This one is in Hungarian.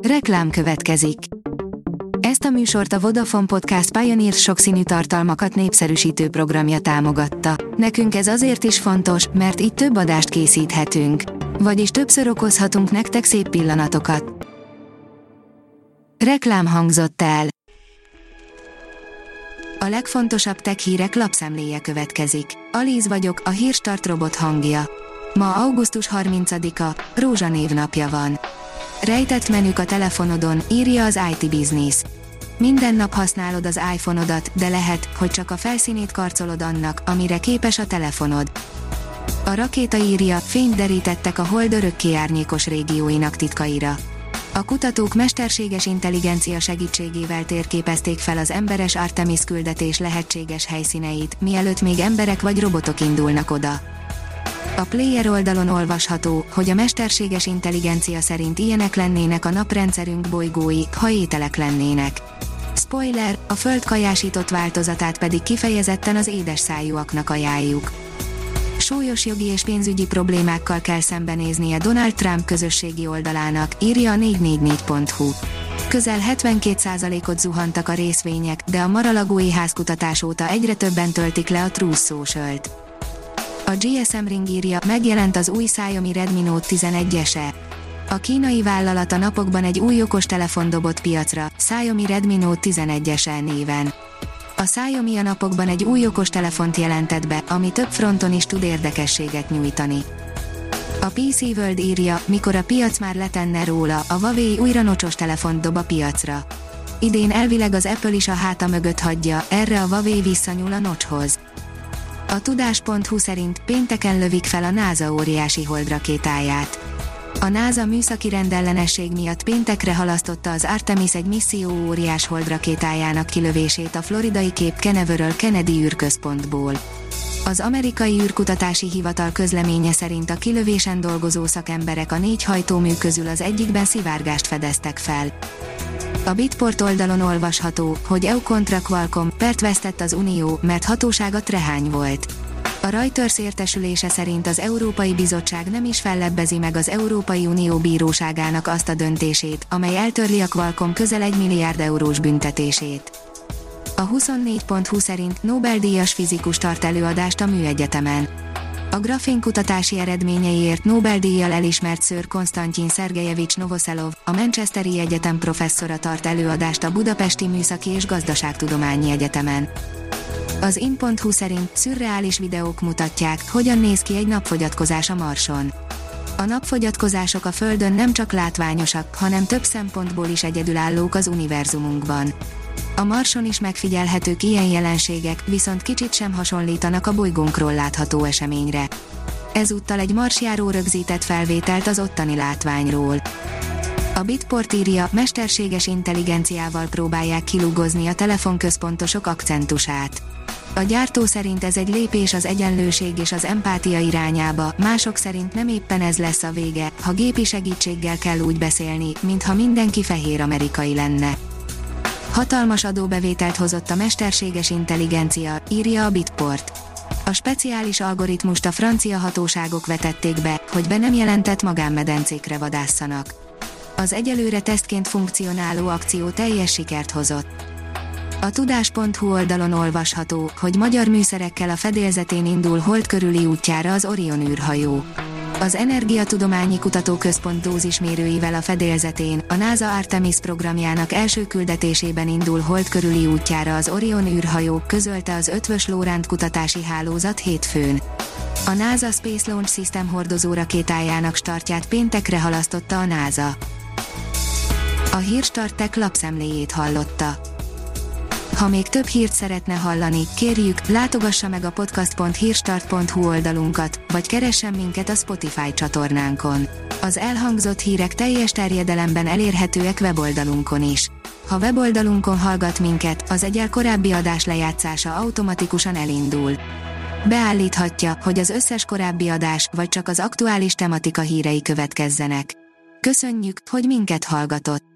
Reklám következik. Ezt a műsort a Vodafone Podcast Pioneer sokszínű tartalmakat népszerűsítő programja támogatta. Nekünk ez azért is fontos, mert így több adást készíthetünk. Vagyis többször okozhatunk nektek szép pillanatokat. Reklám hangzott el. A legfontosabb tech hírek lapszemléje következik. Alíz vagyok, a Hírstart robot hangja. Ma augusztus 30-a, Rózsa névnapja van. Rejtett menük a telefonodon, írja az IT Business. Minden nap használod az iPhone-odat, de lehet, hogy csak a felszínét karcolod annak, amire képes a telefonod. A Rakéta írja, fényt derítettek a Hold örökké árnyékos régióinak titkaira. A kutatók mesterséges intelligencia segítségével térképezték fel az emberes Artemis küldetés lehetséges helyszíneit, mielőtt még emberek vagy robotok indulnak oda. A Player oldalon olvasható, hogy a mesterséges intelligencia szerint ilyenek lennének a naprendszerünk bolygói, ha ételek lennének. Spoiler, a Föld kajásított változatát pedig kifejezetten az édes szájúaknak ajánljuk. Súlyos jogi és pénzügyi problémákkal kell szembenéznie Donald Trump közösségi oldalának, írja a 444.hu. Közel 72%-ot zuhantak a részvények, de a Mar-a-Lagói házkutatás óta egyre többen töltik le a Truth Social-t. A GSM Ring írja, megjelent az új Xiaomi Redmi Note 11-e. A kínai vállalat a napokban egy új okostelefon dobott piacra, Xiaomi Redmi Note 11-e néven. A Xiaomi a napokban egy új okostelefont jelentett be, ami több fronton is tud érdekességet nyújtani. A PC World írja, mikor a piac már letenne róla, a Huawei újra nocsos telefont dob a piacra. Idén elvileg az Apple is a háta mögött hagyja, erre a Huawei visszanyúl a notchhoz. A tudás.hu szerint pénteken lövik fel a NASA óriási holdrakétáját. A NASA műszaki rendellenesség miatt péntekre halasztotta az Artemis egy misszió óriás holdrakétájának kilövését a floridai Cape Canaveral Kennedy űrközpontból. Az amerikai űrkutatási hivatal közleménye szerint a kilövésen dolgozó szakemberek a 4 hajtómű közül az egyikben szivárgást fedeztek fel. A Bitport oldalon olvasható, hogy EU kontra Qualcomm, pert vesztett az Unió, mert hatósága trehány volt. A Reuters értesülése szerint az Európai Bizottság nem is fellebbezi meg az Európai Unió bíróságának azt a döntését, amely eltörli a Qualcomm közel 1 milliárd eurós büntetését. A 24.hu szerint Nobel-díjas fizikus tart előadást a Műegyetemen. A grafénkutatási eredményeiért Nobel-díjjal elismert Sir Konstantin Szergejevics Novoszelov, a Manchesteri Egyetem professzora tart előadást a Budapesti Műszaki és Gazdaságtudományi Egyetemen. Az in.hu szerint szürreális videók mutatják, hogyan néz ki egy napfogyatkozás a Marson. A napfogyatkozások a Földön nem csak látványosak, hanem több szempontból is egyedülállók az univerzumunkban. A Marson is megfigyelhetők ilyen jelenségek, viszont kicsit sem hasonlítanak a bolygónkról látható eseményre. Ezúttal egy marsjáró rögzített felvételt az ottani látványról. A Bitport írja, mesterséges intelligenciával próbálják kilúgozni a telefonközpontosok akcentusát. A gyártó szerint ez egy lépés az egyenlőség és az empátia irányába, mások szerint nem éppen ez lesz a vége, ha gépi segítséggel kell úgy beszélni, mintha mindenki fehér amerikai lenne. Hatalmas adóbevételt hozott a mesterséges intelligencia, írja a Bitport. A speciális algoritmust a francia hatóságok vetették be, hogy be nem jelentett magánmedencékre vadászanak. Az egyelőre tesztként funkcionáló akció teljes sikert hozott. A tudás.hu oldalon olvasható, hogy magyar műszerekkel a fedélzetén indul Hold körüli útjára az Orion űrhajó. Az Energiatudományi Kutatóközpont dózismérőivel a fedélzetén, a NASA Artemis programjának első küldetésében indul Hold körüli útjára az Orion űrhajó, közölte az Eötvös Loránd kutatási hálózat hétfőn. A NASA Space Launch System hordozó rakétájának startját péntekre halasztotta a NASA. A Hírstart Tech lapszemléjét hallotta. Ha még több hírt szeretne hallani, kérjük, látogassa meg a podcast.hírstart.hu oldalunkat, vagy keressen minket a Spotify csatornánkon. Az elhangzott hírek teljes terjedelemben elérhetőek weboldalunkon is. Ha weboldalunkon hallgat minket, az egyel korábbi adás lejátszása automatikusan elindul. Beállíthatja, hogy az összes korábbi adás, vagy csak az aktuális tematika hírei következzenek. Köszönjük, hogy minket hallgatott!